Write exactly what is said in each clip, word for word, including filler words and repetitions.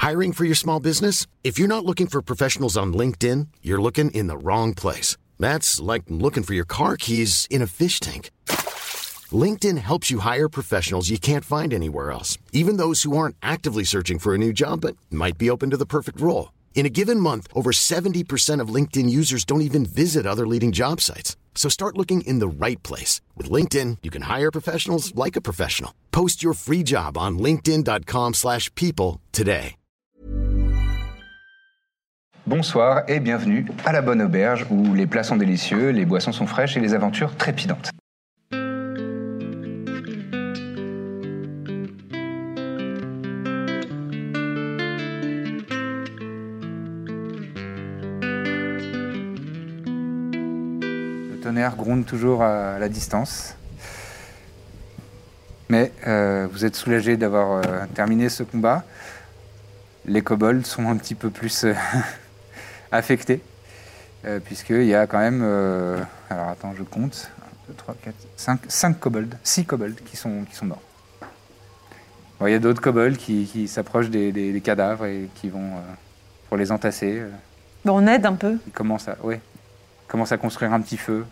Hiring for your small business? If you're not looking for professionals on LinkedIn, you're looking in the wrong place. That's like looking for your car keys in a fish tank. LinkedIn helps you hire professionals you can't find anywhere else, even those who aren't actively searching for a new job but might be open to the perfect role. In a given month, over seventy percent of LinkedIn users don't even visit other leading job sites. So start looking in the right place. With LinkedIn, you can hire professionals like a professional. Post your free job on linkedin.com slash people today. Bonsoir et bienvenue à la Bonne Auberge où les plats sont délicieux, les boissons sont fraîches et les aventures trépidantes. Le tonnerre gronde toujours à la distance. Mais euh, vous êtes soulagés d'avoir euh, terminé ce combat. Les kobolds sont un petit peu plus euh, affectés, euh, puisqu'il y a quand même... Euh, alors attends, je compte. un, deux, trois, quatre, cinq, cinq kobolds, six kobolds qui sont, qui sont morts. Bon, il y a d'autres kobolds qui, qui s'approchent des, des, des cadavres et qui vont euh, pour les entasser. Euh. Bon, on aide un peu. Ils commencent à, ouais, ils commencent à construire un petit feu.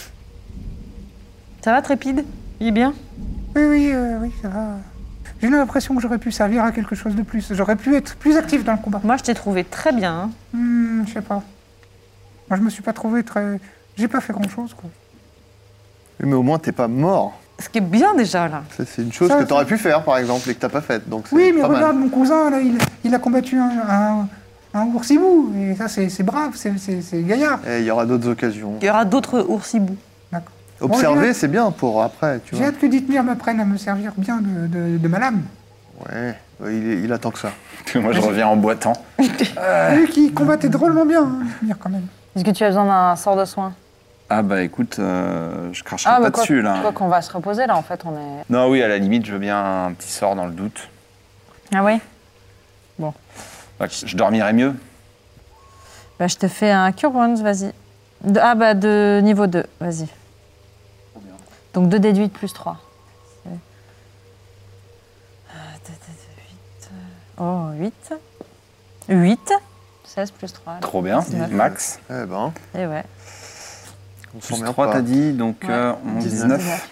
Ça va, Trépide? Il est bien? Oui, oui, euh, oui, ça va. J'ai l'impression que j'aurais pu servir à quelque chose de plus. J'aurais pu être plus actif dans le combat. Moi, je t'ai trouvé très bien. Hein. Hmm, je sais pas. Moi, je me suis pas trouvé très... J'ai pas fait grand-chose, quoi. Mais au moins, t'es pas mort. Ce qui est bien, déjà, là. Ça, c'est une chose Ça, que t'aurais pu faire, par exemple, et que t'as pas faite. Donc, c'est Oui, mais pas regarde, mal. mon cousin, là, il, il a combattu un, un, un oursibou. Et ça, c'est, c'est brave, c'est, c'est, c'est gaillard. Et il y aura d'autres occasions. Il y aura d'autres oursibous. D'accord. Observer, Bon, c'est bien pour après, tu j'ai vois. hâte que Dithmir m'apprenne à me servir bien de, de, de ma lame. Ouais, ouais, il, est- il attend que ça. Moi, je reviens en boitant. Lui qui combattait drôlement bien, hein, Dithmir, quand même. Est-ce que tu as besoin d'un sort de soin? Ah bah écoute, euh, je cracherai Ah, pas bah quoi, dessus là. quoi qu'on va se reposer là, en fait, on est... Non, oui, à la limite, je veux bien un petit sort dans le doute. Ah oui? Ouais, je dormirai mieux. Bah, je te fais un Cure Wounds, vas-y. De- ah bah, de niveau deux, vas-y. Donc deux déduits plus trois. C'est... Euh, deux, deux, deux, huit. Oh, huit. huit. seize plus trois. Trop bien, dix-neuf. max. Eh ben, Et ouais. on Plus s'emmerde trois, pas. t'as dit, donc Ouais. euh, onze, dix-neuf. dix-neuf.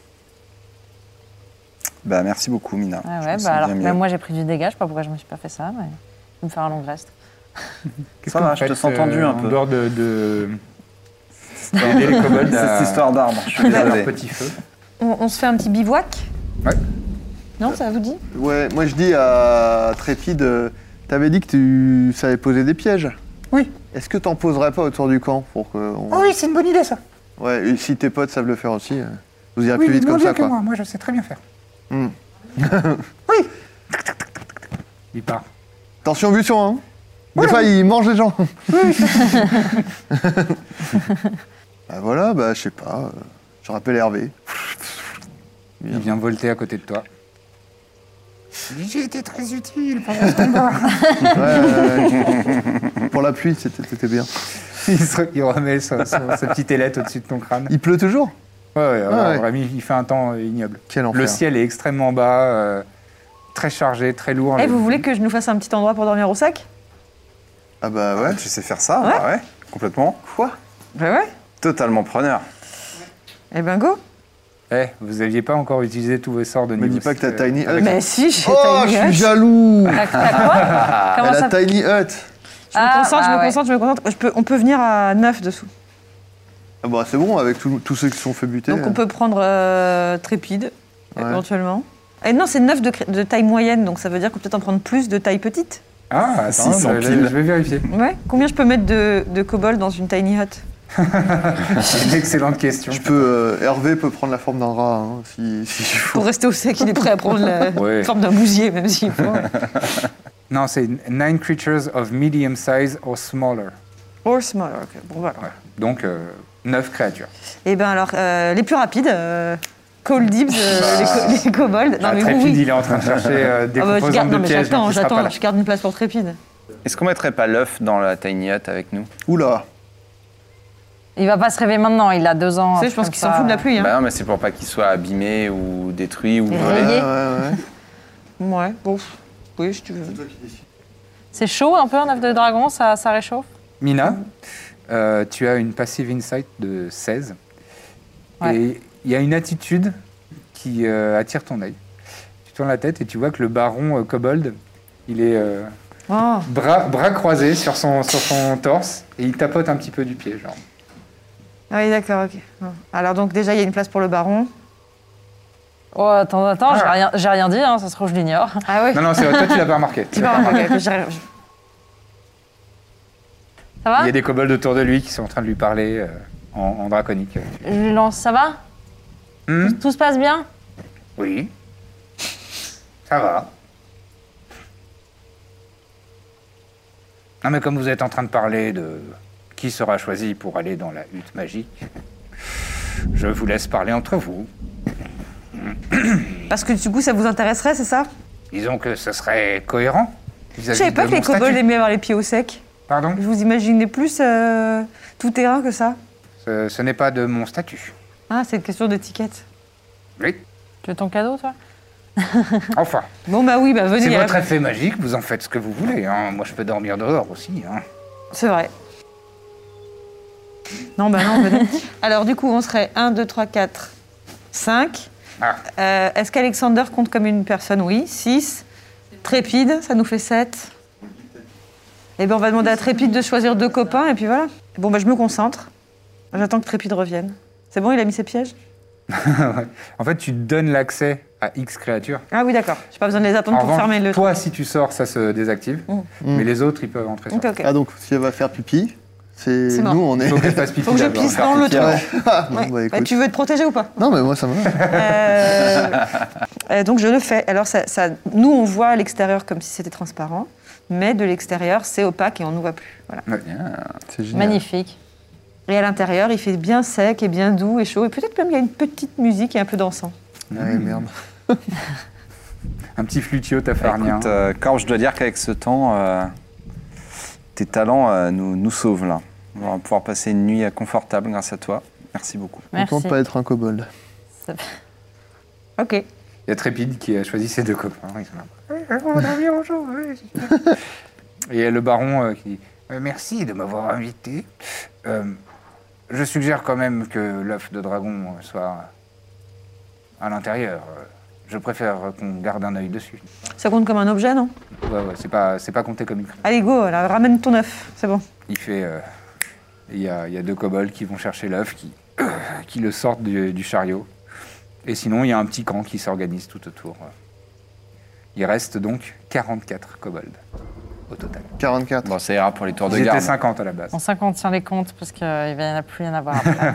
Bah merci beaucoup, Mina. Ah Je ouais, me sens bah alors, bien mieux. même moi j'ai pris du dégât, je sais pas pourquoi je me suis pas fait ça, mais je vais me faire un long reste. Qu'est-ce Ça que va, vous je te faites, sens tendu euh, un en peu. dehors de... de... d'aider les kobolds C'est à... cette histoire d'arbre, je suis à leur désolé. petit feu. On, on se fait un petit bivouac? Ouais. Non, ça vous dit? Ouais, moi je dis à Trépide, euh, t'avais dit que tu savais poser des pièges. Oui. Est-ce que t'en poserais pas autour du camp pour que on- Oh oui, c'est une bonne idée, ça. Ouais, et si tes potes savent le faire aussi, euh, vous irez Oui, plus vite moins comme bien ça, que quoi. moi. Moi, je sais très bien faire. Hmm. Il part. Attention, Bution, hein. Des Ouais. fois, il mange les gens. Bah voilà, bah je sais pas. euh, je rappelle Hervé. Il vient volter à côté de toi. J'ai été très utile pendant ce combat. Ouais, ouais, ouais. Pour la pluie, c'était c'était bien. il, se- il remet son- son- sa petite ailette au-dessus de ton crâne. Il pleut toujours? Ouais, ouais, alors, ouais. Rémi, il fait un temps euh, ignoble. Quel enfer. Le ciel est extrêmement bas, euh, très chargé, très lourd. Eh, Le- vous voulez que je nous fasse un petit endroit pour dormir au sac? Ah bah ouais. Tu sais faire ça? Bah ouais, complètement. Quoi? Bah ouais. Totalement preneur. Eh ben go. Eh, vous aviez pas encore utilisé tous vos sorts de Me niveau. dis pas que t'as euh, Tiny Hut. avec- Mais si, j'ai Oh, Tiny je suis Hut. jaloux. T'as t'as quoi? Comment Elle ça? a Tiny Hut. Je me Ah, concentre, je ah me ouais. concentre, je me concentre. Je peux, on peut venir à neuf dessous. Ah bah c'est bon, avec tous tous ceux qui se sont fait buter. Donc on peut prendre euh, Trépide, Ouais. éventuellement. Et non, c'est neuf de, cré- de taille moyenne, donc ça veut dire qu'on peut peut-être en prendre plus de taille petite. Ah, attends, six cents je, je- piles. je vais vérifier. Ouais. Combien je peux mettre de, de kobolds dans une tiny hut? C'est une excellente question. Je peux, euh, Hervé peut prendre la forme d'un rat, hein, si, si il faut. Pour rester au sec, il est prêt à prendre la Ouais. forme d'un bousier, même s'il faut. Non, c'est nine creatures of medium size or smaller. Or smaller, ok. Bon, voilà. Ouais. Donc, euh, neuf créatures. Et ben alors, euh, les plus rapides, euh, Cole Dibs, euh, les, co- les kobolds. Non, Ah, mais Trépide, oui, oui. il est en train de chercher euh, des Ah bah, je composantes garde, de non, mais pièges. j'attends, donc il sera pas j'attends, là. je garde une place pour Trépide. Est-ce qu'on mettrait pas l'œuf dans la tiny hut avec nous? Oula. Il va pas se réveiller maintenant, il a deux ans. Tu sais, je pense qu'il s'en fout de la pluie. Hein. Bah non, mais c'est pour pas qu'il soit abîmé ou détruit ou Et volé. réveillé. Ouais, ouais, ouais. Ouais, bon. Oui, si tu veux. C'est chaud un peu un œuf de dragon, ça, ça réchauffe. Mina, euh, tu as une passive insight de seize. Ouais. Et il y a une attitude qui euh, attire ton œil. Tu tournes la tête et tu vois que le baron euh, Kobold, il est euh, Oh. bras, bras croisés sur son, sur son torse et il tapote un petit peu du pied, genre. Ah oui, d'accord, ok. Bon. Alors donc déjà, il y a une place pour le baron. Oh, attends, attends, j'ai Ah. rien, j'ai rien dit, hein, ça se trouve, je l'ignore. Ah ouais. Non, non, c'est vrai, toi tu l'as pas remarqué. Tu Tu l'as vas pas remarquer, remarqué. ok, j'ai- Ça va? Il y a des kobolds autour de lui qui sont en train de lui parler euh, en, en draconique. Je lui lance, ça va? Hmm, Tout se passe bien? oui. Ça va. Non, mais comme vous êtes en train de parler de qui sera choisi pour aller dans la hutte magique, je vous laisse parler entre vous. Parce que du coup, ça vous intéresserait, c'est ça? Disons que ce serait cohérent. Je vis-à-vis savais pas de que les mon kobolds statut. aimaient avoir les pieds au sec. Pardon, Je vous imaginais plus euh, tout terrain que ça. ce, ce n'est pas de mon statut. Ah, c'est une question d'étiquette. Oui, Tu veux ton cadeau, toi? enfin, Bon bah oui, bah venez. c'est hein. votre effet magique, vous en faites ce que vous voulez. Hein. Moi, je peux dormir dehors aussi. Hein. C'est vrai. Non, bah non, venez. Alors du coup, on serait un, deux, trois, quatre, cinq. Ah. Euh, Est-ce qu'Alexander compte comme une personne? Oui. six. Trépide, ça nous fait sept. Eh bien, on va demander à Trépide de choisir deux copains, et puis voilà. Bon, bah je me concentre. J'attends que Trépide revienne. C'est bon, il a mis ses pièges? Ouais. En fait, tu donnes l'accès à X créatures. Ah oui, d'accord. J'ai pas besoin de les attendre En pour revanche, fermer le toi, si tu sors, ça se désactive. Mm. Mais les autres, ils peuvent entrer. truc. Sur. Ok, ok. Ah donc, si elle va faire pipi, c'est C'est mort. nous, on est... Il faut qu'elle fasse pipi Faut que je d'abord. pisse dans le trou. Ouais. Ah, bon, Ouais. bah, Bah, écoute. tu veux te protéger ou pas? Non, mais moi, ça va. Euh, euh, donc je le fais. Alors ça, ça- nous on voit à l'extérieur comme si c'était transparent, mais de l'extérieur c'est opaque et on ne voit plus. Voilà. C'est génial. Magnifique. Et à l'intérieur il fait bien sec et bien doux et chaud et peut-être même il y a une petite musique et un peu dansant. Ouais, merde. Un petit flutio tafarnien. Écoute, euh, Corbe, je dois dire qu'avec ce temps, euh, tes talents euh, nous, nous sauvent là. On va pouvoir passer une nuit euh, confortable grâce à toi. Merci beaucoup. Content Merci. de pas être un kobold. Ok. Il y a Trépide qui a choisi ses deux copains. Ils sont là. On va dormir au chaud, oui. Et il y a le baron euh, qui dit euh, merci de m'avoir invité. Euh, je suggère quand même que l'œuf de dragon euh, soit à l'intérieur. Euh, Je préfère qu'on garde un œil dessus. Ça compte comme un objet, non? Ouais, ouais, c'est pas, c'est pas compté comme une créature. Allez go, là, ramène ton œuf, c'est bon. Il fait. euh, Il y, a, il y a deux kobolds qui vont chercher l'œuf, qui, qui le sortent du, du chariot. Et sinon, il y a un petit camp qui s'organise tout autour. Il reste donc quarante-quatre kobolds au total. quarante-quatre. Bon, ça ira pour les tours de Ils étaient garde. cinquante à la base. En cinquante, tiens les comptes, parce qu'il ne va y en a plus y en avoir après.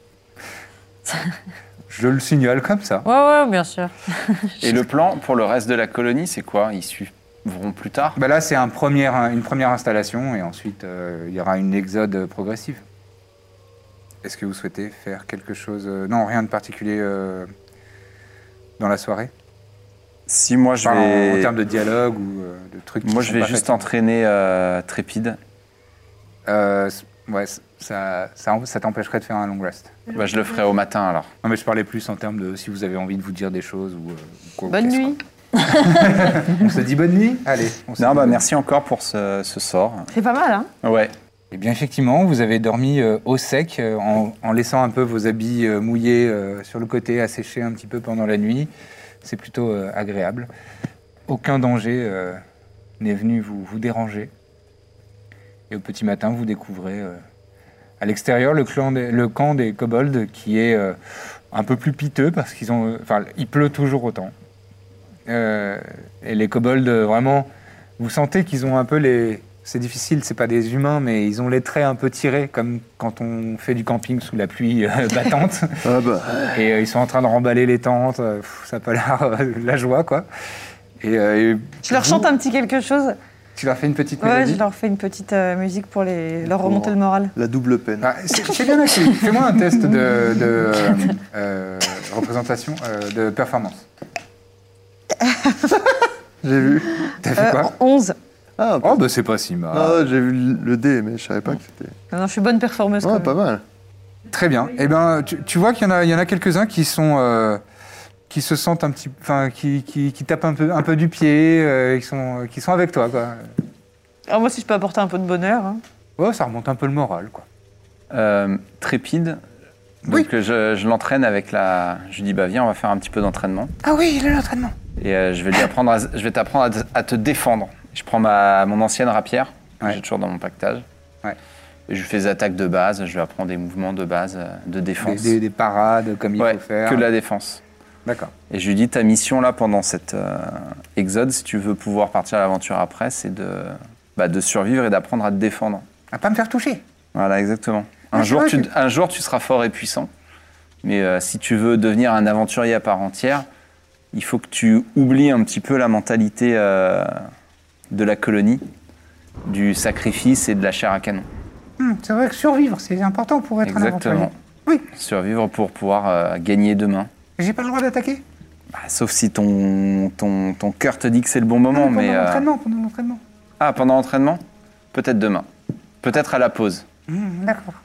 Je le signale comme ça. Ouais, ouais, bien sûr. Et le plan pour le reste de la colonie, c'est quoi? Ils suivront plus tard? Bah là, c'est un premier, une première installation et ensuite, euh, il y aura une exode progressive. Est-ce que vous souhaitez faire quelque chose euh, Non, rien de particulier euh, dans la soirée. Si moi je Enfin, en, vais... en termes de dialogue ou euh, de trucs. qui Moi sont je vais pas juste faciles. entraîner euh, Trépide. Euh, c- ouais, c- ça, ça, ça t'empêcherait de faire un long rest. Bah, je le ferai au matin alors. Non, mais je parlais plus en termes de si vous avez envie de vous dire des choses ou. euh, ou quoi, Bonne qu'est-ce, nuit. quoi. On se dit bonne nuit. Allez. On se Non, dit bah bonne merci encore pour ce, ce sort. C'est pas mal, hein? Ouais. Eh bien, effectivement, vous avez dormi euh, au sec, euh, en, en laissant un peu vos habits euh, mouillés euh, sur le côté, à sécher un petit peu pendant la nuit. C'est plutôt euh, agréable. Aucun danger euh, n'est venu vous, vous déranger. Et au petit matin, vous découvrez euh, à l'extérieur le, clan des- le camp des kobolds qui est euh, un peu plus piteux parce qu'ils ont, euh, enfin, il pleut toujours autant. Euh, et les kobolds, euh, vraiment, vous sentez qu'ils ont un peu les... C'est difficile, c'est pas des humains, mais ils ont les traits un peu tirés, comme quand on fait du camping sous la pluie euh, battante. Ah bah, Et euh, ils sont en train de remballer les tentes, euh, pff, ça n'a pas l'air euh, la joie, quoi. Et, euh, et Je leur vous, chante un petit quelque chose. Tu leur fais une petite Ouais, mélodie. je leur fais une petite euh, musique pour les, leur Pour- remonter le moral. la double peine. Ah, c'est c'est bien actif. Fais-moi un test de, de, euh, euh, représentation, euh, de performance. J'ai vu. T'as fait Euh, quoi onze. Ah, Oh, bah c'est pas si mal. ah, j'ai vu le dé, mais je savais pas que c'était... Non, non, je suis bonne performeuse. Ouais, quand pas même. mal. Très bien. Eh ben, tu, tu vois qu'il y en a, il y en a quelques-uns qui sont, euh, qui se sentent un petit, enfin, qui, qui, qui tapent un peu, un peu du pied, euh, qui sont, qui sont avec toi, quoi. Alors moi, si je peux apporter un peu de bonheur. Hein. Ouais, ça remonte un peu le moral, quoi. Euh, Trépide. Donc Oui. je, je l'entraîne avec la... Je lui dis, bah viens, on va faire un petit peu d'entraînement. Ah oui, il a l'entraînement. Et euh, je vais lui apprendre à, je vais t'apprendre à, te- à te défendre. Je prends ma, mon ancienne rapière, que Ouais. j'ai toujours dans mon pactage. Ouais. Et je lui fais des attaques de base, je lui apprends des mouvements de base, euh, de Des, défense. des- des parades comme il Ouais, faut faire. que de la défense. D'accord. Et je lui dis, ta mission là, pendant cet euh, exode, si tu veux pouvoir partir à l'aventure après, c'est de, bah, de survivre et d'apprendre à te défendre. À pas me faire toucher. Voilà, exactement. Un, Ah, c'est jour, vrai tu, que- un jour, tu seras fort et puissant. Mais euh, si tu veux devenir un aventurier à part entière, il faut que tu oublies un petit peu la mentalité euh, de la colonie, du sacrifice et de la chair à canon. Hum, c'est vrai que survivre, c'est important pour être un Exactement. aventurier. Oui, Survivre pour pouvoir euh, gagner demain. j'ai pas le droit d'attaquer. Bah, sauf si ton, ton, ton cœur te dit que c'est le bon moment. Non, pendant mais euh, l'entraînement, pendant l'entraînement. Ah, pendant l'entraînement? Peut-être demain. Peut-être à la pause. Hum, D'accord.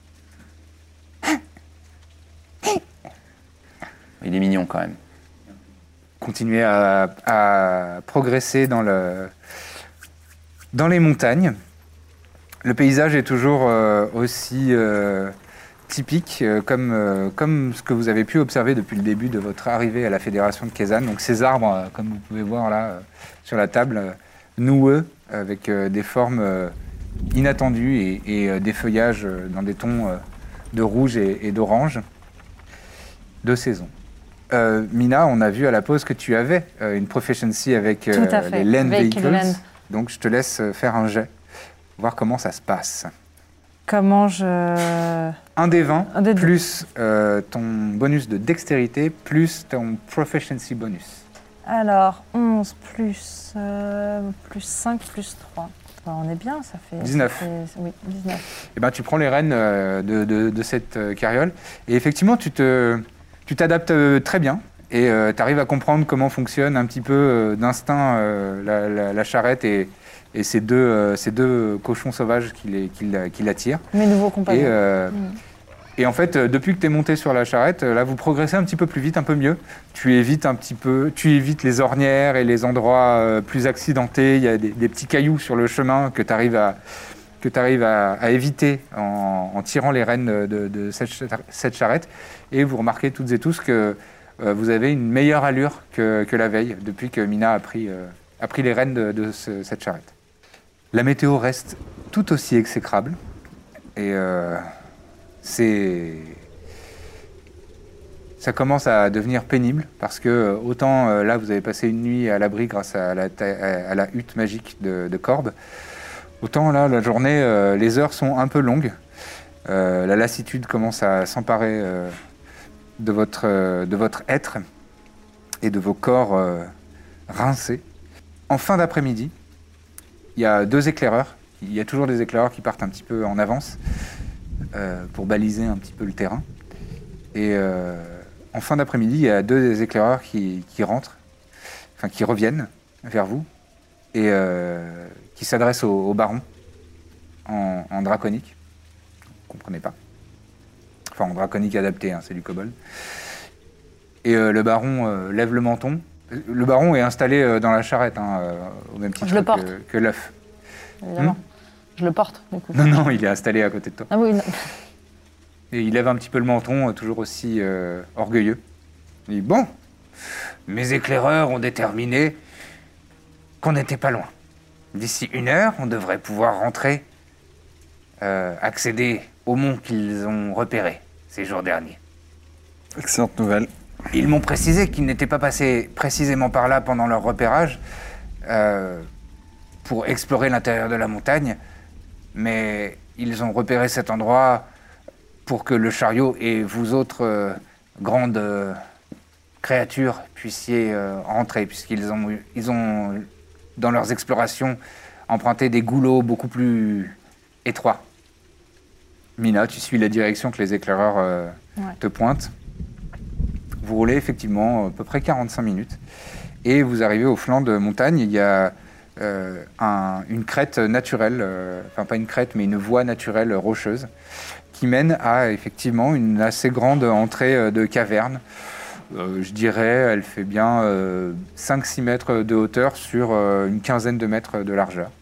Il est mignon quand même. Continuer à, à progresser dans, le, dans les montagnes. Le paysage est toujours euh, aussi euh, typique, euh, comme, euh, comme ce que vous avez pu observer depuis le début de votre arrivée à la Fédération de Kezan. Donc ces arbres, euh, comme vous pouvez voir là euh, sur la table, euh, noueux, avec euh, des formes euh, inattendues et, et, euh, des feuillages euh, dans des tons euh, de rouge et, et d'orange de saison. Euh, Mina, on a vu à la pause que tu avais euh, une proficiency avec euh, Tout à fait. les land Vehicle vehicles. land. Donc je te laisse euh, faire un jet, voir comment ça se passe. Comment je... Un des vingt, Un des deux. plus euh, ton bonus de dextérité, plus ton proficiency bonus. Alors, onze plus, euh, plus cinq plus trois. Bah, on est bien, ça fait... dix-neuf. ça fait- oui, dix-neuf. Eh ben, tu prends les rênes euh, de, de- de cette euh, carriole et effectivement, tu te, tu t'adaptes euh, très bien et tu arrives à comprendre comment fonctionne un petit peu euh, d'instinct euh, la, la- la charrette et, et ces, deux, euh, ces deux cochons sauvages qui, les, qui, la- qui l'attirent. Mes nouveaux compagnons. Et, euh, Mm. et en fait, euh, depuis que tu es monté sur la charrette, euh, là, vous progressez un petit peu plus vite, un peu mieux. Tu évites un petit peu, tu évites les ornières et les endroits euh, plus accidentés. Il y a des, des petits cailloux sur le chemin que tu arrives à que tu arrives à, à éviter en, en tirant les rênes de, de cette, cha- cette charrette. Et vous remarquez toutes et tous que euh, vous avez une meilleure allure que, que la veille, depuis que Mina a pris, euh, a pris les rênes de, de ce- cette charrette. La météo reste tout aussi exécrable. Et euh, c'est... Ça commence à devenir pénible parce que euh, autant euh, là vous avez passé une nuit à l'abri grâce à la, ta- à la hutte magique de, de Corbe, autant là la journée, euh, les heures sont un peu longues. Euh, la lassitude commence à s'emparer euh, de, votre, euh, de votre être et de vos corps euh, rincés. En fin d'après-midi, il y a deux éclaireurs. Il y a toujours des éclaireurs qui partent un petit peu en avance euh, pour baliser un petit peu le terrain. Et euh, en fin d'après-midi, il y a deux éclaireurs qui, qui rentrent, enfin qui reviennent vers vous et euh, qui s'adressent au, au baron en, en draconique. Vous comprenez pas. Enfin, en draconique adapté, hein, c'est du kobold. Et euh, le baron euh, lève le menton. Le baron est installé euh, dans la charrette, hein, euh, au même titre Je le porte. que, que l'œuf. Évidemment. Hmm. Je le porte, du coup. Non, non, il est installé à côté de toi. Ah oui, non. Et il lève un petit peu le menton, euh, toujours aussi euh, orgueilleux. Il dit, bon, mes éclaireurs ont déterminé qu'on n'était pas loin. D'ici une heure, on devrait pouvoir rentrer, euh, accéder au mont qu'ils ont repéré ces jours derniers. Excellente nouvelle. Ils m'ont précisé qu'ils n'étaient pas passés précisément par là pendant leur repérage euh, pour explorer l'intérieur de la montagne, mais ils ont repéré cet endroit pour que le chariot et vous autres euh, grandes euh, créatures puissiez euh, rentrer, puisqu'ils ont, eu- ils ont, dans leurs explorations, emprunté des goulots beaucoup plus étroits. Mina, tu suis la direction que les éclaireurs euh, Ouais. te pointent. Vous roulez effectivement à peu près quarante-cinq minutes et vous arrivez au flanc de montagne. Il y a euh, un- une crête naturelle, euh, enfin pas une crête, mais une voie naturelle rocheuse qui mène à effectivement une assez grande entrée euh, de caverne. Euh, je dirais, elle fait bien euh, cinq six mètres de hauteur sur euh, une quinzaine de mètres de largeur.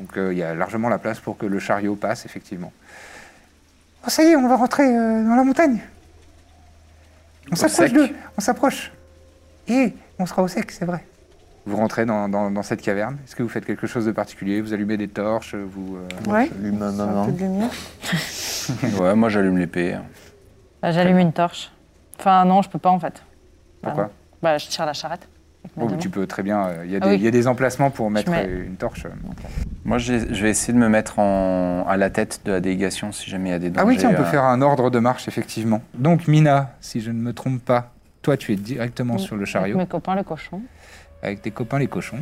Donc euh, il y a largement la place pour que le chariot passe, effectivement. Oh, ça y est, on va rentrer euh, dans la montagne. On Au s'approche sec. de... On s'approche. Et on sera au sec, c'est vrai. Vous rentrez dans, dans- dans cette caverne. Est-ce que vous faites quelque chose de particulier? Vous allumez des torches? Vous, euh, Ouais. J'allume ma Un main. peu de lumière. Ouais, moi j'allume l'épée. Bah, j'allume une torche. Enfin, non, je peux pas en fait. Pourquoi? Bah, non. Bah, je tire la charrette. avec mes Oh, deux tu mains. peux très bien. Il y, a Ah des- oui. il y a des emplacements pour mettre mets- euh, une torche. Moi j'ai- je vais essayer de me mettre en- à la tête de la délégation si jamais il y a des dangers. Ah oui, tiens, on peut euh, faire un ordre de marche, effectivement. Donc, Mina, si je ne me trompe pas, toi, tu es directement sur le Avec chariot, mes copains, les cochons. avec tes copains les cochons.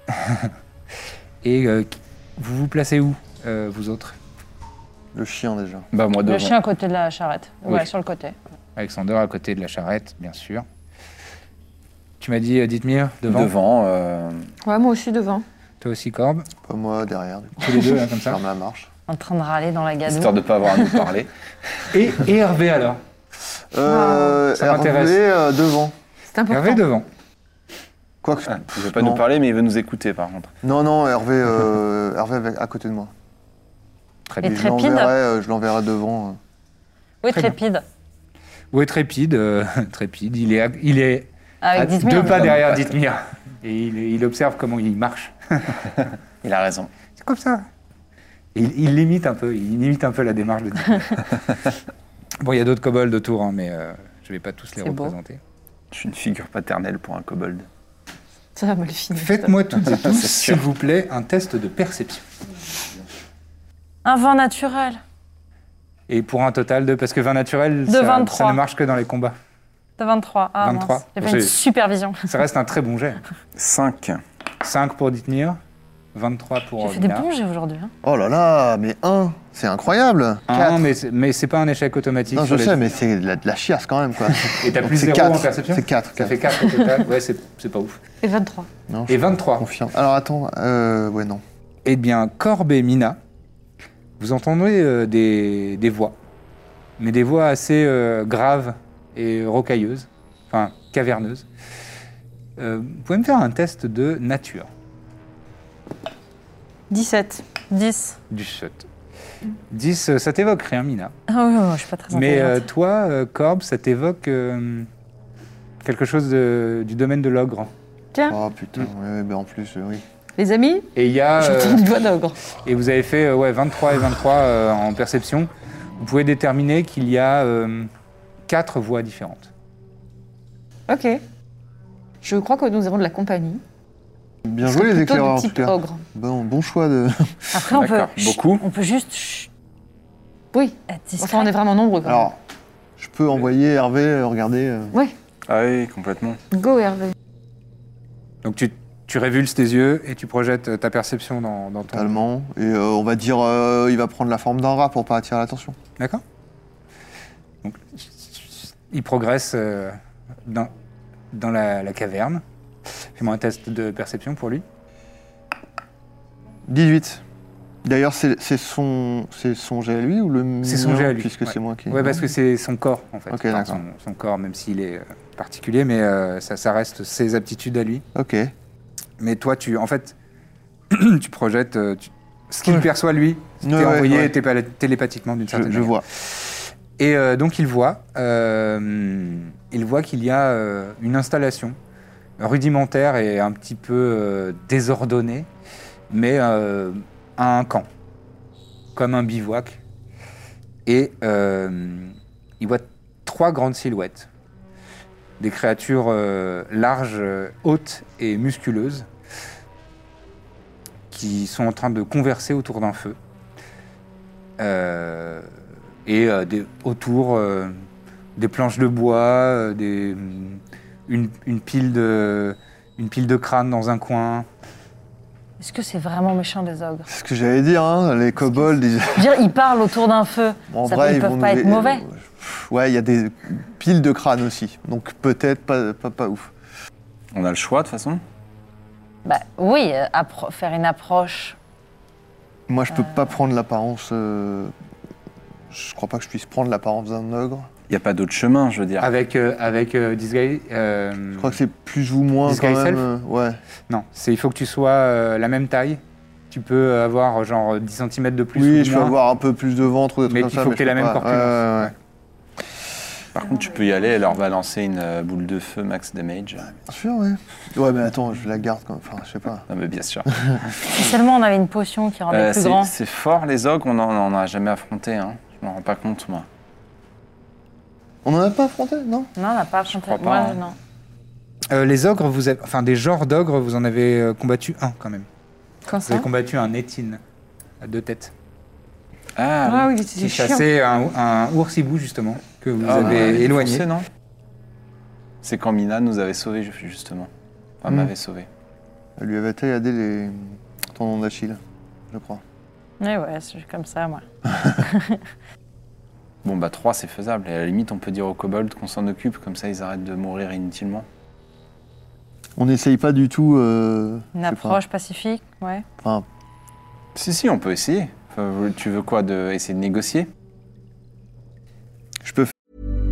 Et euh, vous vous placez où, euh, vous autres? Le chien déjà. Bah moi devant. Le chien à côté de la charrette. Oui. Ouais, sur le côté. Alexander à côté de la charrette, bien sûr. Tu m'as dit, euh, Dithmir, devant. Devant. euh, Ouais, moi aussi devant. Toi aussi, Corbe. Pas moi derrière, du coup. Tous les deux, là, comme ça. Faire ma marche. En train de râler dans la gadoue. Histoire de ne pas avoir à nous parler. Et, et Hervé, alors? Euh, ça Hervé m'intéresse. euh, devant. C'est important. Hervé devant. Quoique. Ah, il veut pas Non. nous parler, mais il veut nous écouter par contre. Non, non, Hervé, euh, Hervé avec- à côté de moi. Très Et bien. je Trépide. l'enverrai, euh, je l'enverrai devant. euh. Oui, Très bien. trépide. Oui, Trépide. euh, Trépide. Il est, à- il est Avec à Dithmir. deux pas mais- derrière Dithmir. Et il, il observe comment il marche. Il a raison. C'est comme ça. Et il, il limite un peu, il imite un peu la démarche de Dithmir. Bon, il y a d'autres kobolds autour, hein, mais euh, je ne vais pas tous les C'est beau. représenter. Je suis une figure paternelle pour un kobold. Ça va mal finir. Faites-moi toutes et tous, C'est sûr. s'il vous plaît, un test de perception. Un vin naturel. Et pour un total de... Parce que vin naturel, De ça, vingt-trois. ça ne marche que dans les combats. De vingt-trois. Ah, vingt-trois. mince. J'ai fait une C'est- supervision. Ça reste un très bon jet. cinq. cinq pour Dithmir, vingt-trois pour J'ai fait des Mina. bons jets aujourd'hui. hein. Oh là là, mais un, c'est incroyable. Un, Quatre. mais c'est, mais c'est pas un échec automatique. Non, sur je les- sais, mais c'est de la, de la chiasse quand même, quoi. Et t'as Donc plus c'est zéro quatre. en perception? C'est quatre. Ça fait quatre au total. Ouais, c'est, c'est pas ouf. Et vingt-trois. Non, je Et vingt-trois. confirme. Alors attends, euh, ouais, non. Eh bien, Corbe et Mina, vous entendez euh, des, des voix, mais des voix assez euh, graves et rocailleuses, enfin caverneuses. Euh, vous pouvez me faire un test de nature, dix-sept. dix. du sept. dix, euh, ça t'évoque rien, Mina. Ah oui, oui, je suis pas très Mais euh, intelligente. toi, euh, Corbe, ça t'évoque euh, quelque chose de- du domaine de l'ogre. Tiens, Oh putain, ouais, ben en plus, euh, oui. les amis, Et il y a... j'ai euh, entendu doigt d'ogre. Et vous avez fait euh, ouais, vingt-trois et vingt-trois euh, en perception. Vous pouvez déterminer qu'il y a euh, quatre voix différentes. Ok. Je crois que nous avons de la compagnie. Bien Ce joué serait les plutôt éclaireurs en du tout type cas. ogre. Bon, bon choix de. Après, on peut. D'accord. Beaucoup. On peut juste chut, Oui. être discret. Enfin, on est vraiment nombreux. Quand même. Alors, je peux envoyer Hervé euh, regarder. euh, Ouais. Ah oui, complètement. Go Hervé. Donc tu, tu révulses tes yeux et tu projettes euh, ta perception dans, dans ton... Totalement. Et euh, on va dire, euh, il va prendre la forme d'un rat pour pas attirer l'attention. D'accord. Donc, il progresse euh, dans, dans la, la caverne. Fais-moi un test de perception pour lui. dix-huit. D'ailleurs, c'est c'est son, c'est son jet à lui ou le mien? C'est son jet à lui, Puisque ouais. c'est moi qui. Ouais, parce que c'est son corps, en fait. Ok, Enfin, d'accord. son, son corps, même s'il est euh, particulier, mais euh, ça, ça reste ses aptitudes à lui. Ok. Mais toi, tu, en fait, tu projettes euh, tu- ce qu'il Ouais. perçoit lui, ce qui Ouais, t'est ouais, envoyé ouais. tépa- télépathiquement d'une Je, certaine je manière. vois. Et euh, donc il voit, euh, il voit qu'il y a euh, une installation rudimentaire et un petit peu euh, désordonnée, mais euh, un camp, comme un bivouac. Et euh, il voit trois grandes silhouettes, des créatures euh, larges, euh, hautes et musculeuses, qui sont en train de converser autour d'un feu. Euh, et euh, des- autour euh, des planches de bois, euh, des, une, une pile de, une pile de crânes dans un coin. Est-ce que c'est vraiment méchant des ogres? C'est ce que j'allais dire, hein, les kobolds. Ils... Je veux dire, ils parlent autour d'un feu. En Ça vrai, peut- ils ils peuvent vont pas nous- être mauvais. Ouais, il y a des piles de crânes aussi. Donc peut-être pas, pas, pas ouf. On a le choix de toute façon. Bah oui, euh, appro- faire une approche. Moi, je peux pas prendre l'apparence. euh, Je crois pas que je puisse prendre l'apparence d'un ogre. Il n'y a pas d'autre chemin, je veux dire. Avec, euh, avec euh, Disguise, euh, Je crois que c'est plus ou moins Disguise quand même. self euh, ouais. non, c'est, il faut que tu sois euh, la même taille Tu peux avoir genre dix centimètres de plus ou Oui, de je peux moins, avoir un peu plus de ventre ou des trucs mais comme qu'il ça. faut que tu aies je la peux même pas. corpulence. Ouais, ouais, ouais. Par contre, tu peux y aller et leur balancer une euh, boule de feu max damage. Bien sûr, ouais. Ouais, mais attends, je la garde quand même. Enfin, je sais pas. Non, mais bien sûr. Si seulement on avait une potion qui rendait Euh, plus c'est, grand. c'est fort, les ogres, on n'en a jamais affronté. Hein. Je m'en rends pas compte, moi. On en a pas affronté, non? Non, on n'a pas affronté. crois pas, Moi, hein. non. Euh, les ogres, vous avez, enfin des genres d'ogres, vous en avez euh, combattu un quand même. Quand Vous ça avez combattu un étine à deux têtes. Ah, Ah oui. oui, Qui c'était chiant. chassait un, un oursibou justement, que vous Ah, avez ouais, éloigné. foncé, non C'est quand Mina nous avait sauvés, justement. Enfin, Mm. m'avait sauvé. Elle lui avait tailladé les tendons d'Achille, je crois. Mais ouais, c'est comme ça, moi. Bon, bah, trois, c'est faisable. Et à la limite, on peut dire aux kobolds qu'on s'en occupe, comme ça, ils arrêtent de mourir inutilement. On n'essaye pas du tout. Euh, Une je sais pas. approche pacifique, ouais. Enfin, Si, si, on peut essayer. Enfin, tu veux quoi, de essayer de négocier? je peux faire.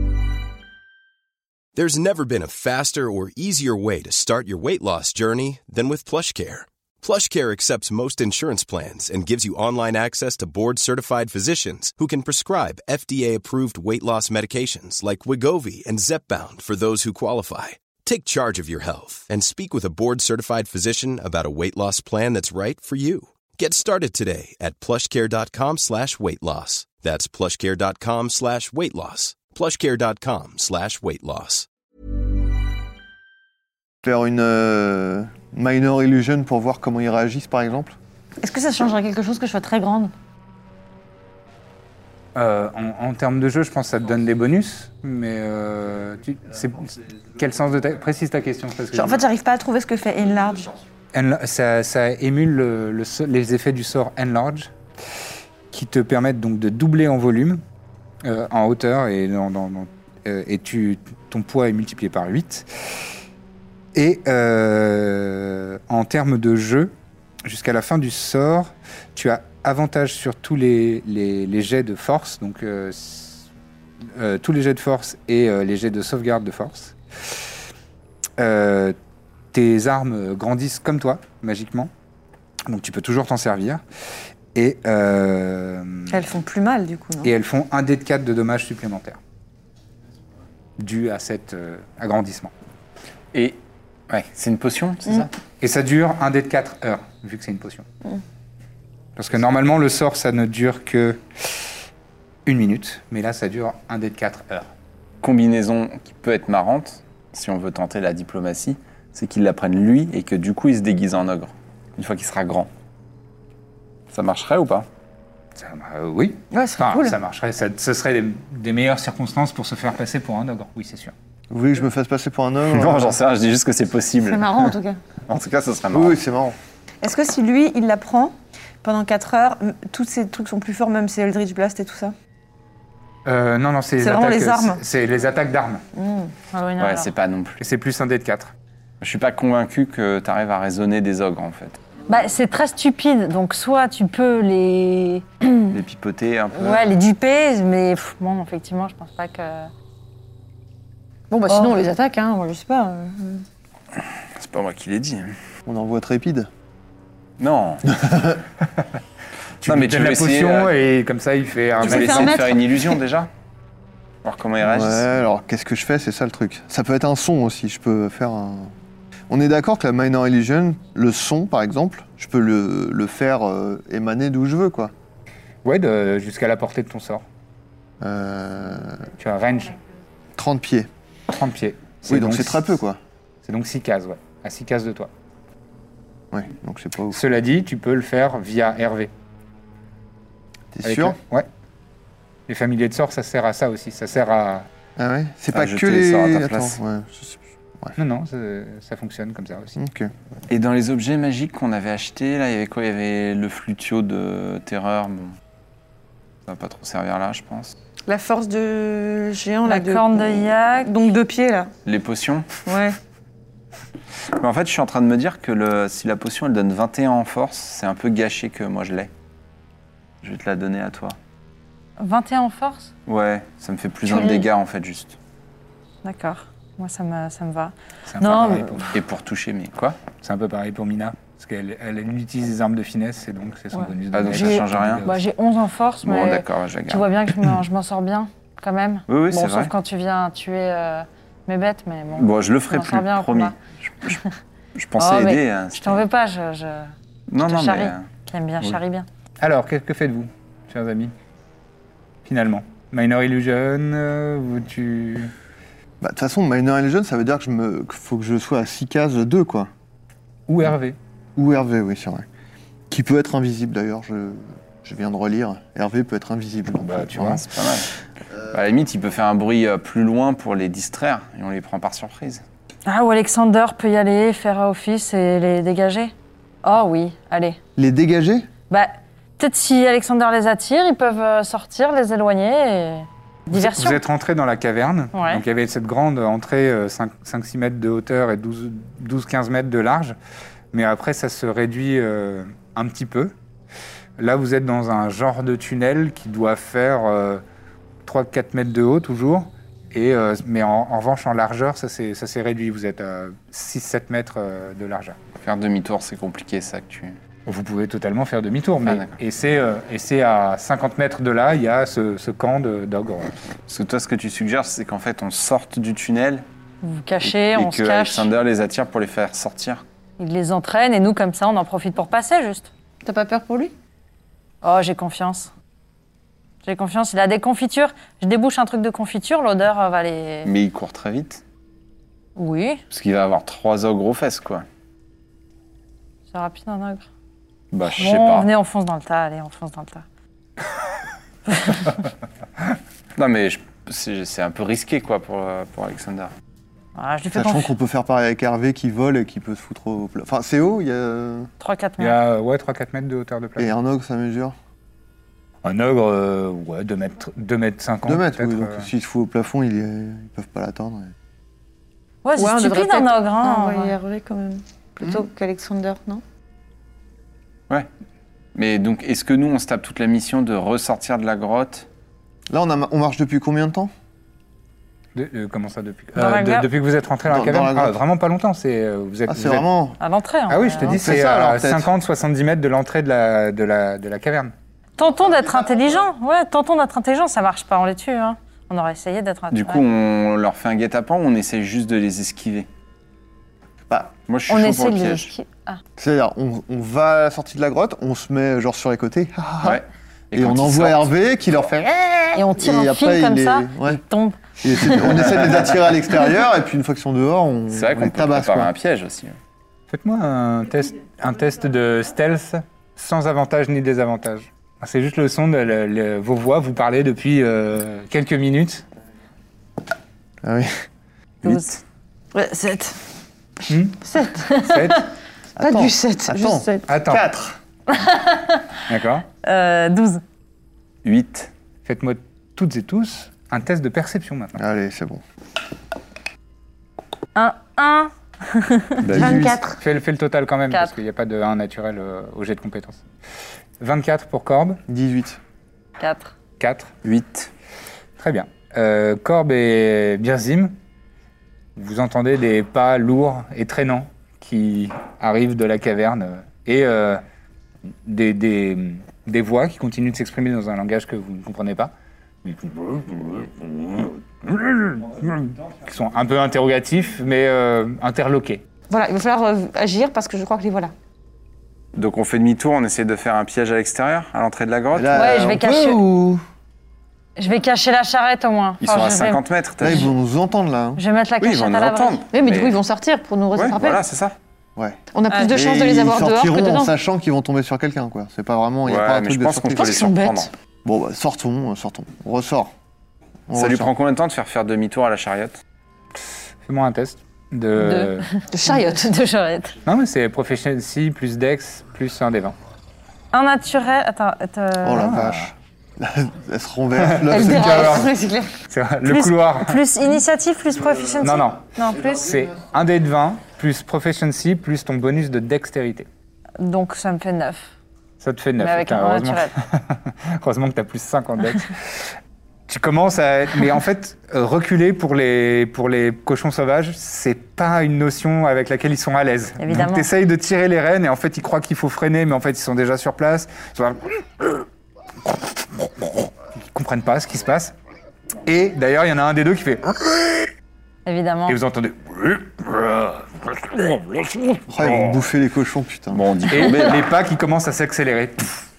There's never been a faster or easier way to start your weight loss journey than with PlushCare. PlushCare accepts most insurance plans and gives you online access to board-certified physicians who can prescribe F D A-approved weight loss medications like Wegovy and Zepbound for those who qualify. Take charge of your health and speak with a board-certified physician about a weight loss plan that's right for you. Get started today at plushcare.com slash weight loss. That's plushcare.com slash weight loss. plushcare.com slash weight loss. Faire une euh, minor illusion pour voir comment ils réagissent, par exemple. Est-ce que ça changerait quelque chose que je sois très grande? Euh, en, en termes de jeu, je pense que ça te donne des bonus, mais euh, tu, c'est, quel sens de ta, précise ta question parce que Genre, en fait, j'arrive pas à trouver ce que fait Enlarge. Enla- ça, ça émule le- le so- les effets du sort Enlarge, qui te permettent donc de doubler en volume, euh, en hauteur, et, dans, dans- dans- euh, et tu, ton poids est multiplié par huit. Et euh, en termes de jeu, jusqu'à la fin du sort, tu as avantage sur tous les, les, les jets de force, donc euh, s- euh, tous les jets de force et euh, les jets de sauvegarde de force. Euh, tes armes grandissent comme toi, magiquement, donc tu peux toujours t'en servir. Et, euh, Elles font plus mal, du coup, non? et elles font un dé de quatre de dommages supplémentaires, dû à cet euh, agrandissement. Et, ouais, c'est une potion, c'est Mm. ça? Et ça dure un dé de quatre heures, vu que c'est une potion. Parce que normalement, le sort, ça ne dure que une minute, mais là, ça dure un dé de quatre heures. Combinaison qui peut être marrante, si on veut tenter la diplomatie, c'est qu'il la prenne lui et que du coup, il se déguise en ogre, une fois qu'il sera grand. Ça marcherait ou pas? Ça, euh, oui, Ouais, c'est enfin, cool. ça marcherait. Ça, ce serait des, des meilleures circonstances pour se faire passer pour un ogre, oui, c'est sûr. Vous voulez que je me fasse passer pour un homme? Non, j'en sais rien, je dis juste que c'est possible. C'est marrant, en tout cas. En tout cas, ce serait marrant. Oui, oui, c'est marrant. Est-ce que si lui, il la prend pendant quatre heures, m- tous ces trucs sont plus forts, même si Eldritch Blast et tout ça? Euh, non, non, c'est les C'est vraiment attaques, les armes. c'est- C'est les attaques d'armes. Mmh. Ah oui, non, Ouais, alors. c'est pas non plus. Et c'est plus un dé de quatre. Je suis pas convaincu que tu arrives à raisonner des ogres, en fait. Bah, c'est très stupide, donc soit tu peux les, Les pipoter un peu. ouais, les duper, mais pff, bon, effectivement, je pense pas que... Bon, bah Oh. sinon, on les attaque, hein, moi, je sais pas. euh. C'est pas moi qui l'ai dit. On envoie Trépide. Non. Tu Non, lui mais tu donnes veux la essayer, potion euh, et comme ça, il fait un Tu peux veux jet de faire essayer de mettre. faire une illusion déjà? Voir comment ils Ouais, réagissent. alors qu'est-ce que je fais? C'est ça le truc. Ça peut être un son aussi. Je peux faire un. On est d'accord que la minor illusion, le son par exemple, je peux le, le faire euh, émaner d'où je veux, quoi. Ouais, de- jusqu'à la portée de ton sort. Euh, Tu as range, trente pieds. trente pieds. Oui, donc c'est très peu, quoi. C'est donc six cases, ouais. À six cases de toi. Ouais, donc c'est pas ouf. Cela dit, tu peux le faire via R V. T'es Avec sûr? le- Ouais. Les familiers de sorts, ça sert à ça aussi. Ça sert à... Ah ouais? C'est À pas jeter que les les. sorts à ta Attends, place. ouais. je sais plus. Non, non, ça, ça fonctionne comme ça aussi. Ok. Et dans les objets magiques qu'on avait achetés, là, il y avait quoi? Il y avait le flutio de terreur. Bon. Ça va pas trop servir là, je pense. La force de géant, La là. de- corne de yak. Donc deux pieds, là. Les potions. Ouais. Mais en fait, je suis en train de me dire que le, si la potion elle donne vingt et un en force, c'est un peu gâché que moi je l'ai. Je vais te la donner à toi. vingt et un en force? Ouais, ça me fait plus Tu un de l'as- dégâts en fait, juste. D'accord. Moi, ça me, ça me va. C'est un, Non, peu pareil mais- pour... Et pour toucher, mais quoi? c'est un peu pareil pour Mina. Parce qu'elle elle, elle utilise des armes de finesse et donc c'est son Ouais. bonus de Ah, donc dex. ça change rien. Bah, j'ai onze en force, Bon, mais d'accord, je la tu garde. vois bien que je m'en- je m'en sors bien, quand même. Oui, oui, bon, c'est sauf vrai. quand tu viens tuer euh, mes bêtes, mais bon. Bon, je le ferai m'en plus, sors bien au promis. combat. Je, je- je pensais Oh, mais aider. hein, Je t'en veux pas, je, je, Non, je te non, charrie. mais... euh, Qui aime bien, oui. charrie bien. Alors, que, que faites-vous, chers amis? Finalement. Minor Illusion, euh, vous, tu... Bah, de toute façon, Minor Illusion, ça veut dire que je me... qu'il faut que je sois à six cases deux, quoi. Ou Hervé. Ou Hervé, oui, c'est vrai. Qui peut être invisible, d'ailleurs, je... je viens de relire. Hervé peut être invisible. donc, Bah, tu voilà. vois. C'est pas mal. Bah, à la limite, il peut faire un bruit euh, plus loin pour les distraire et on les prend par surprise. Ah, ou Alexander peut y aller, faire office et les dégager. Oh oui, allez. Les dégager? Bah, peut-être si Alexander les attire, ils peuvent euh, sortir, les éloigner et... Vous, Diversion. vous êtes rentré dans la caverne. Ouais. Donc il y avait cette grande entrée, euh, cinq six mètres de hauteur et douze quinze mètres de large. Mais après, ça se réduit euh, un petit peu. Là, vous êtes dans un genre de tunnel qui doit faire euh, trois quatre mètres de haut toujours. Et, euh, mais en, en revanche, en largeur, ça s'est ça s'est réduit. Vous êtes à six sept mètres euh, de largeur. Faire demi-tour, c'est compliqué, ça que tu... Vous pouvez totalement faire demi-tour. Mais, Ah, d'accord. et c'est euh, et c'est à cinquante mètres de là, il y a ce, ce camp de- d'ogres. Parce que toi, ce que tu suggères, c'est qu'en fait, on sorte du tunnel Vous vous cachez, et on se que cache. Alexander les attire pour les faire sortir. Il les entraîne et nous, comme ça, on en profite pour passer, juste. T'as pas peur pour lui? Oh, j'ai confiance. J'ai confiance, il a des confitures. Je débouche un truc de confiture, l'odeur euh, va les... Mais il court très vite. Oui, Parce qu'il va avoir trois ogres aux fesses, quoi. c'est rapide un ogre. Bah, je sais Bon, pas. venez, on fonce dans le tas, allez, on fonce dans le tas. Non, mais je- c'est c'est un peu risqué, quoi, pour, euh, pour Alexander. Voilà, je lui fais Sachant confiance. qu'on peut faire pareil avec Hervé qui vole et qui peut se foutre au plat. Enfin, c'est haut, il y a... trois quatre Il y mètres. a euh, ouais, trois quatre mètres de hauteur de plafond. Et un ogre, ça mesure Un ogre, euh, ouais, deux mètres, deux mètres cinquante. deux mètres, oui, peut-être, donc euh. s'il se fout au plafond, il est- ils peuvent pas l'atteindre. Ouais, c'est Ouais, on devrait stupide un peut-être ogre, hein. envoyer ouais. Hervé quand même. Plutôt qu'Alexander, non? Mais donc, est-ce que nous, on se tape toute la mission de ressortir de la grotte? Là, on, a, on marche depuis combien de temps? De- euh, comment ça, depuis Dans la de- grotte. Depuis que vous êtes rentré dans, Dans- la caverne dans la Ah, grotte. Vraiment pas longtemps, c'est... euh, vous êtes, Ah, vous c'est êtes- vraiment... À l'entrée, hein. Ah oui, je te Ouais, dis, hein. C'est c'est ça, alors, à peut-être. cinquante soixante-dix mètres de l'entrée de la, de, la, de la caverne. Tentons d'être intelligents. Ouais, tentons d'être intelligents, ça marche pas, on les tue. Hein. On aurait essayé d'être Du intelligents. coup, on leur fait un guet-apens ou on essaie juste de les esquiver? Bah, Moi, je suis on chaud essaie pour de le les piège. esquiver. Ah. c'est-à-dire, on, on va à la sortie de la grotte, on se met genre sur les côtés, Ouais. et, quand on ils envoie sortent- Hervé qui leur fait... Et on tire Et un après, fil comme il ça, est- ouais. il tombe. Et c'est- on essaie de les attirer à l'extérieur, et puis une fois qu'ils sont dehors, on, C'est vrai on qu'on les peut tabasse. préparer Quoi. un piège aussi. Faites-moi un test, un test de stealth sans avantage ni désavantage. C'est juste le son de le- le- vos voix, vous parlez depuis euh, quelques minutes. Ah oui. douze. Ouais, sept. Hmm sept. sept. Pas Attends, du sept, attends. juste sept. Attends, quatre. d'accord. Euh, douze. huit. Faites-moi toutes et tous un test de perception maintenant. Allez, c'est bon. un, un. vingt-quatre. Fais, le- fais le total quand même, parce Quatre. qu'il n'y a pas de un naturel euh, au jet de compétences. vingt-quatre pour Corbe, dix-huit. quatre. quatre. huit. Très bien. Euh, Corbe et Birzim, vous entendez des pas lourds et traînants qui arrivent de la caverne euh, et euh, des, des, des voix qui continuent de s'exprimer dans un langage que vous ne comprenez pas. Qui sont un peu interrogatifs, mais euh, interloqués. Voilà, il va falloir euh, agir parce que je crois que les voilà. Donc on fait demi-tour, on essaie de faire un piège à l'extérieur, à l'entrée de la grotte. Et là, Ouais, je vais on peut cacher. ou- Je vais cacher la charrette au moins. Ils Enfin, sont à je vais- cinquante mètres, t'as Là, ils dit. vont nous entendre, là. hein. Je vais mettre la Oui, ils vont cachette nous à l'abri. entendre. Oui, mais, du coup, ils vont sortir pour nous Ouais, rattraper. voilà, c'est ça. Ouais. On a plus Ah, de chances Et de les avoir ils dehors que sortiront en dedans. sachant qu'ils vont tomber sur quelqu'un, quoi. C'est pas vraiment... Il n'y a Ouais, pas un mais truc je de pense qu'on sortie. peut les qu'ils sont surprendre. bêtes. Bon, bah, sortons, euh, sortons. On ressort. On Ça lui ressort. prend combien de temps de faire faire demi-tour à la chariote? Fais-moi un test de... De chariot. de charrette. Non, mais c'est Proficiency plus Dex plus un des vingt. Un naturel. Attends, attends. Oh la vache. Elle se renverse. Là, Elle c'est- dérape. carreur. C'est clair. C'est vrai, le Plus- couloir. Plus initiative, plus proficiency. Non, non. Non, plus. C'est un dé de vingt plus Proficiency plus ton bonus de dextérité. Donc ça me fait neuf. Ça te fait neuf. Mais avec un heureusement, naturel. heureusement que tu as plus cinq en dex. Tu commences à... Mais en fait, euh, reculer pour les, pour les cochons sauvages, c'est pas une notion avec laquelle ils sont à l'aise. Évidemment. Donc t'essayes de tirer les rênes et en fait, ils croient qu'il faut freiner, mais en fait, ils sont déjà sur place. Ils sont là... Ils comprennent pas ce qui se passe. Et d'ailleurs, il y en a un des deux qui fait... Évidemment. Et vous entendez... Ah, ils vont bouffer les cochons, putain. Bon, on dit Et tomber, là. les pas qui commencent à s'accélérer.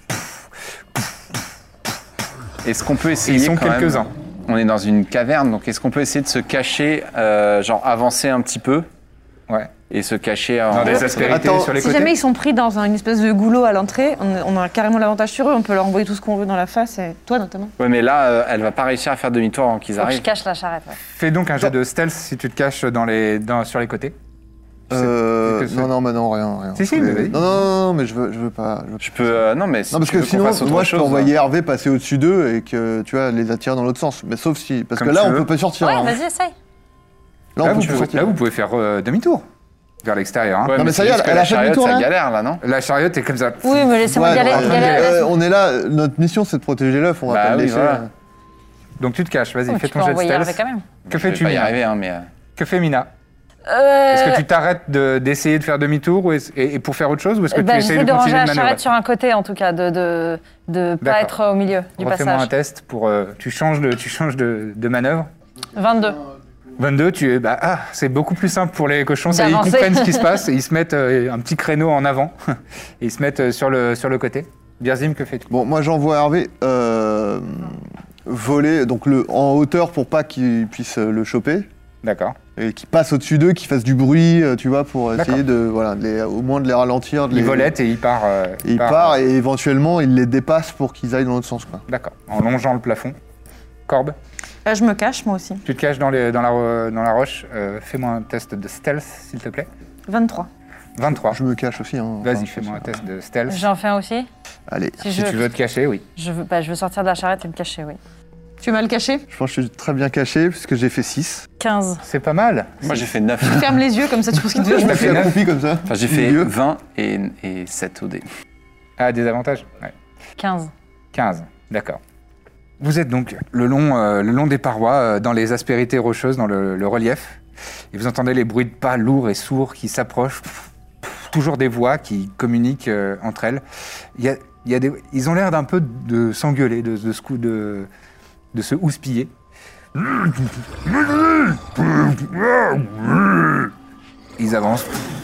Est-ce qu'on peut Et essayer ils sont quand même- quelques-uns. On est dans une caverne, donc est-ce qu'on peut essayer de se cacher, euh, genre avancer un petit peu Ouais. et se cacher en... Dans des aspérités Attends, sur les Si côtés. jamais ils sont pris dans un- une espèce de goulot à l'entrée, on, on a carrément l'avantage sur eux, on peut leur envoyer tout ce qu'on veut dans la face, et toi notamment. Ouais, mais là, euh, elle va pas réussir à faire demi-tour avant qu'ils Faut que je arrivent. cache la charrette. Ouais. Fais donc un jet de stealth si tu te caches dans les, dans, sur les côtés. Euh, que c'est- non, non, mais non, rien, rien. Si, si, Mais- mais vas-y. Non, non, non, non, mais je veux, je veux pas. Je veux- Je peux... euh, non, mais si Non, parce tu que veux qu'on sinon, fasse autre moi, je peux chose, envoyer hein. Hervé passer au-dessus d'eux et que, tu vois, les attirer dans l'autre sens. Mais sauf si. Parce Comme que là, tu on veux. peut pas sortir. Ouais, hein. vas-y, essaye. Là, Là, on vous peut plus pouvez, sortir. là, vous pouvez faire euh, demi-tour vers l'extérieur. hein. Ouais, Non, mais ça y est, c'est juste que elle la a fait chariote, demi-tour, ça là galère, là, non? La chariote est comme ça. Oui, mais laissez-moi Ouais, y aller. non, y euh, aller, euh, laisse- on est là, notre mission, c'est de protéger l'œuf. On va Bah pas le oui, laisser. voilà. euh. Donc tu te caches, vas-y, Oh, mais fais tu ton peux jet de envoyer Hervé stealth. quand même. Que Je vais fais-tu, pas y Mina arriver, hein, mais... euh, Que fait Mina Euh, Est-ce que tu t'arrêtes de- d'essayer de faire demi-tour ou est-ce- et, et pour faire autre chose ou est-ce que bah, tu essayes j'essaie de de ranger continuer la de manœuvrer? charrette sur un côté, en tout cas, de de, de pas D'accord. être au milieu du Refais-moi un passage. test pour... euh, tu changes de, tu changes de, de manœuvre. vingt-deux. vingt-deux, tu es... Bah, ah, c'est beaucoup plus simple pour les cochons, ça, ils D'avancer. comprennent ce qui se passe et ils se mettent euh, un petit créneau en avant et ils se mettent euh, sur le, sur le côté. Birzim, que fais-tu? Bon, moi, j'envoie Hervé euh, voler donc le, en hauteur pour pas qu'il puisse euh, le choper. D'accord. Et qu'il passe au-dessus d'eux, qu'il fasse du bruit, euh, tu vois, pour D'accord. essayer de, voilà, de les- au moins de les ralentir. De Il les... volette et il part... euh, Et il part et éventuellement, il les dépasse pour qu'ils aillent dans l'autre sens, quoi. D'accord, en longeant le plafond. Corbe, Là, je me cache, moi aussi. tu te caches dans, les, dans, la, ro- dans la roche. Euh, fais-moi un test de stealth, s'il te plaît. vingt-trois. vingt-trois. Je me cache aussi. Hein, Vas-y, enfin, fais-moi un c'est- test de stealth. J'en fais un aussi. Allez, Si, Si je, tu veux te cacher, oui. je, veux, bah, je veux sortir de la charrette et me cacher, oui. Tu es mal caché? je pense que je suis très bien caché puisque j'ai fait six. quinze. C'est pas mal. Moi, j'ai fait neuf. Ferme les yeux, comme ça tu penses qu'il te Je veut. me suis fait neuf. accroupi comme ça. Enfin, j'ai fait Milieu. vingt et, et sept au dé. Ah, des avantages ouais. quinze. quinze, d'accord. Vous êtes donc le long, euh, le long des parois, euh, dans les aspérités rocheuses, dans le, le relief. Et vous entendez les bruits de pas lourds et sourds qui s'approchent. Toujours des voix qui communiquent euh, entre elles. Il y a, il y a des, ils ont l'air d'un peu de s'engueuler, de, de, se cou- de, de se houspiller. Ils avancent.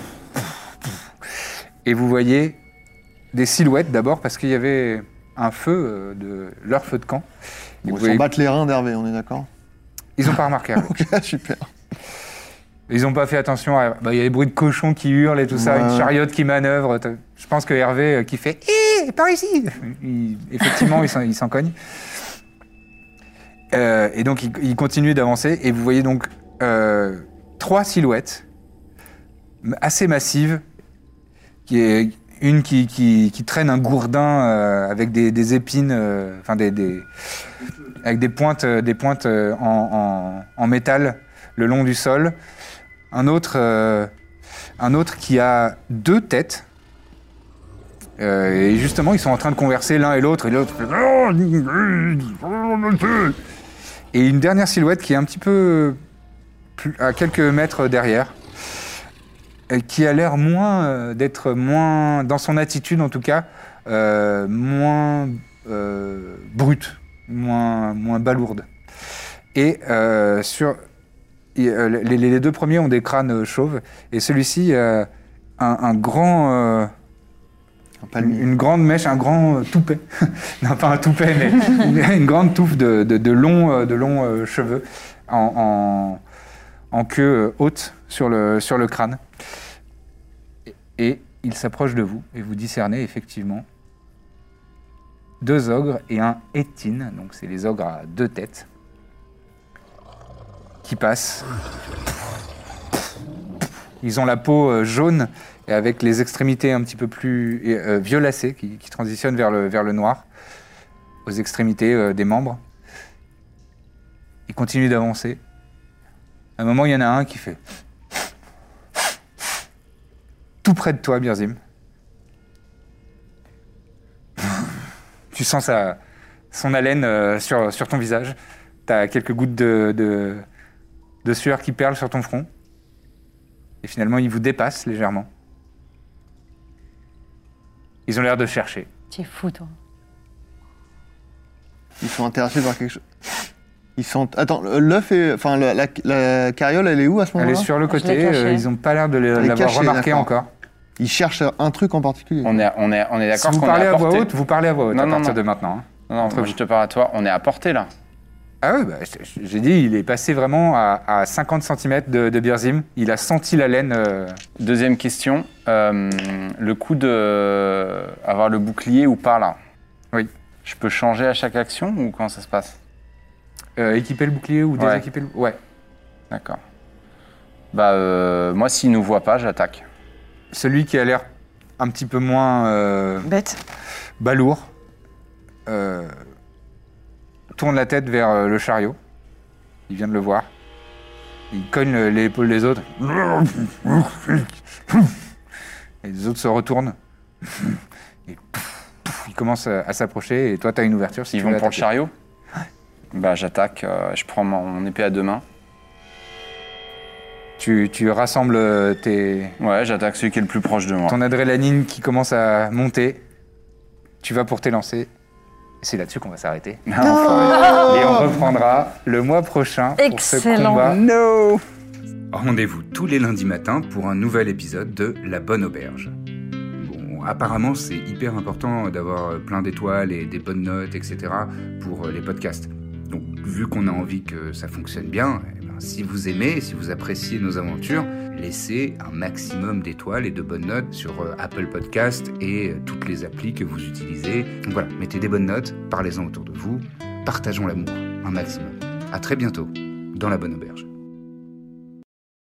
Et vous voyez des silhouettes d'abord, parce qu'il y avait un feu, euh, de leur feu de camp. Et Bon, vous ils s'en voyez- battent les reins d'Hervé, on est d'accord. ils n'ont pas remarqué. Hervé. Ok, super. Ils n'ont pas fait attention à... bah, il y a des bruits de cochons qui hurlent et tout ça, Ouais. une chariote qui manœuvre. T'as- Je pense que Hervé euh, qui fait « Hé, par ici !» Il- Effectivement, il s'en- il s'en cogne. Euh, et donc, il, il continue d'avancer. Et vous voyez donc euh, trois silhouettes m- assez massives. Qui est une qui, qui- qui traîne un gourdin euh, avec des, des épines, euh, enfin des, des- avec des pointes, euh, des pointes euh, en, en- en métal le long du sol. Un autre, euh, un autre qui a deux têtes. Euh, et justement, ils sont en train de converser l'un et l'autre. Et l'autre fait... Et une dernière silhouette qui est un petit peu plus- à quelques mètres derrière. Et qui a l'air moins euh, d'être moins, dans son attitude en tout cas, euh, moins euh, brute, moins, moins balourde. Et euh, sur et, euh, les, les deux premiers ont des crânes chauves et celui-ci a un, un grand, euh, Un une, palmier. une grande mèche, un grand euh, toupet, non pas un toupet mais une, une grande touffe de, de, de longs, euh, de longs euh, cheveux en, en, en queue euh, haute sur le, sur le crâne. Et, et il s'approche de vous et vous discernez effectivement deux ogres et un étine, donc c'est les ogres à deux têtes, qui passent. Ils ont la peau euh, jaune et avec les extrémités un petit peu plus euh, violacées qui, qui transitionnent vers le, vers le noir, aux extrémités euh, des membres. Ils continuent d'avancer. À un moment, il y en a un qui fait... tout près de toi, Birzim. Tu sens sa, son haleine euh, sur, sur ton visage. T'as quelques gouttes de, de, de sueur qui perlent sur ton front. Et finalement, ils vous dépassent légèrement. Ils ont l'air de chercher. Tu es fou, toi. Ils sont intéressés par quelque chose. Ils sont. Attends, l'œuf est. Enfin, la, la, la carriole, elle est où à ce Elle moment-là? est sur le Je l'ai côté. cachée. euh, ils n'ont pas l'air de Elle est l'avoir cachée, remarqué d'accord. encore. Ils cherchent un truc en particulier. On est, on est, on est Si d'accord vous qu'on est parlez à à voix portée. haute, vous parlez à voix haute Non, à non, partir non. de maintenant. hein. Non, non, Entre moi, vous. je te parle à toi. On est à portée, là. Ah oui, bah, j'ai dit, il est passé vraiment à, à cinquante centimètres de, de Birzim. Il a senti la laine. euh, Deuxième question. euh, le coup de avoir le bouclier ou pas, là. Oui. Je peux changer à chaque action ou comment ça se passe? euh, équiper le bouclier ou Ouais. déséquiper le Ouais. D'accord. Bah, euh, moi, s'il nous voit pas, j'attaque. Celui qui a l'air un petit peu moins euh, Bête. balourd euh, tourne la tête vers euh, le chariot. Il vient de le voir. Il cogne le- l'épaule des autres. Et les autres se retournent. Et il commence à, à s'approcher. Et toi, tu as une ouverture. Si Ils tu vont veux pour le attaquer. chariot? Bah, j'attaque. euh, je prends mon épée à deux mains. Tu, tu rassembles euh, tes, Ouais, j'attaque celui qui est le plus proche de moi. ton adrénaline qui commence à monter. Tu vas pour t'élancer. C'est là-dessus qu'on va s'arrêter. Ah, enfoiré. Et on reprendra le mois prochain pour ce Excellent. combat. No! Rendez-vous tous les lundis matins pour un nouvel épisode de La Bonne Auberge. Bon, apparemment, c'est hyper important d'avoir plein d'étoiles et des bonnes notes, et cetera pour les podcasts. Donc, vu qu'on a envie que ça fonctionne bien, eh ben, si vous aimez, si vous appréciez nos aventures, laissez un maximum d'étoiles et de bonnes notes sur euh, Apple Podcast et euh, toutes les applis que vous utilisez. Donc voilà, mettez des bonnes notes, parlez-en autour de vous, partageons l'amour un maximum. À très bientôt dans La Bonne Auberge.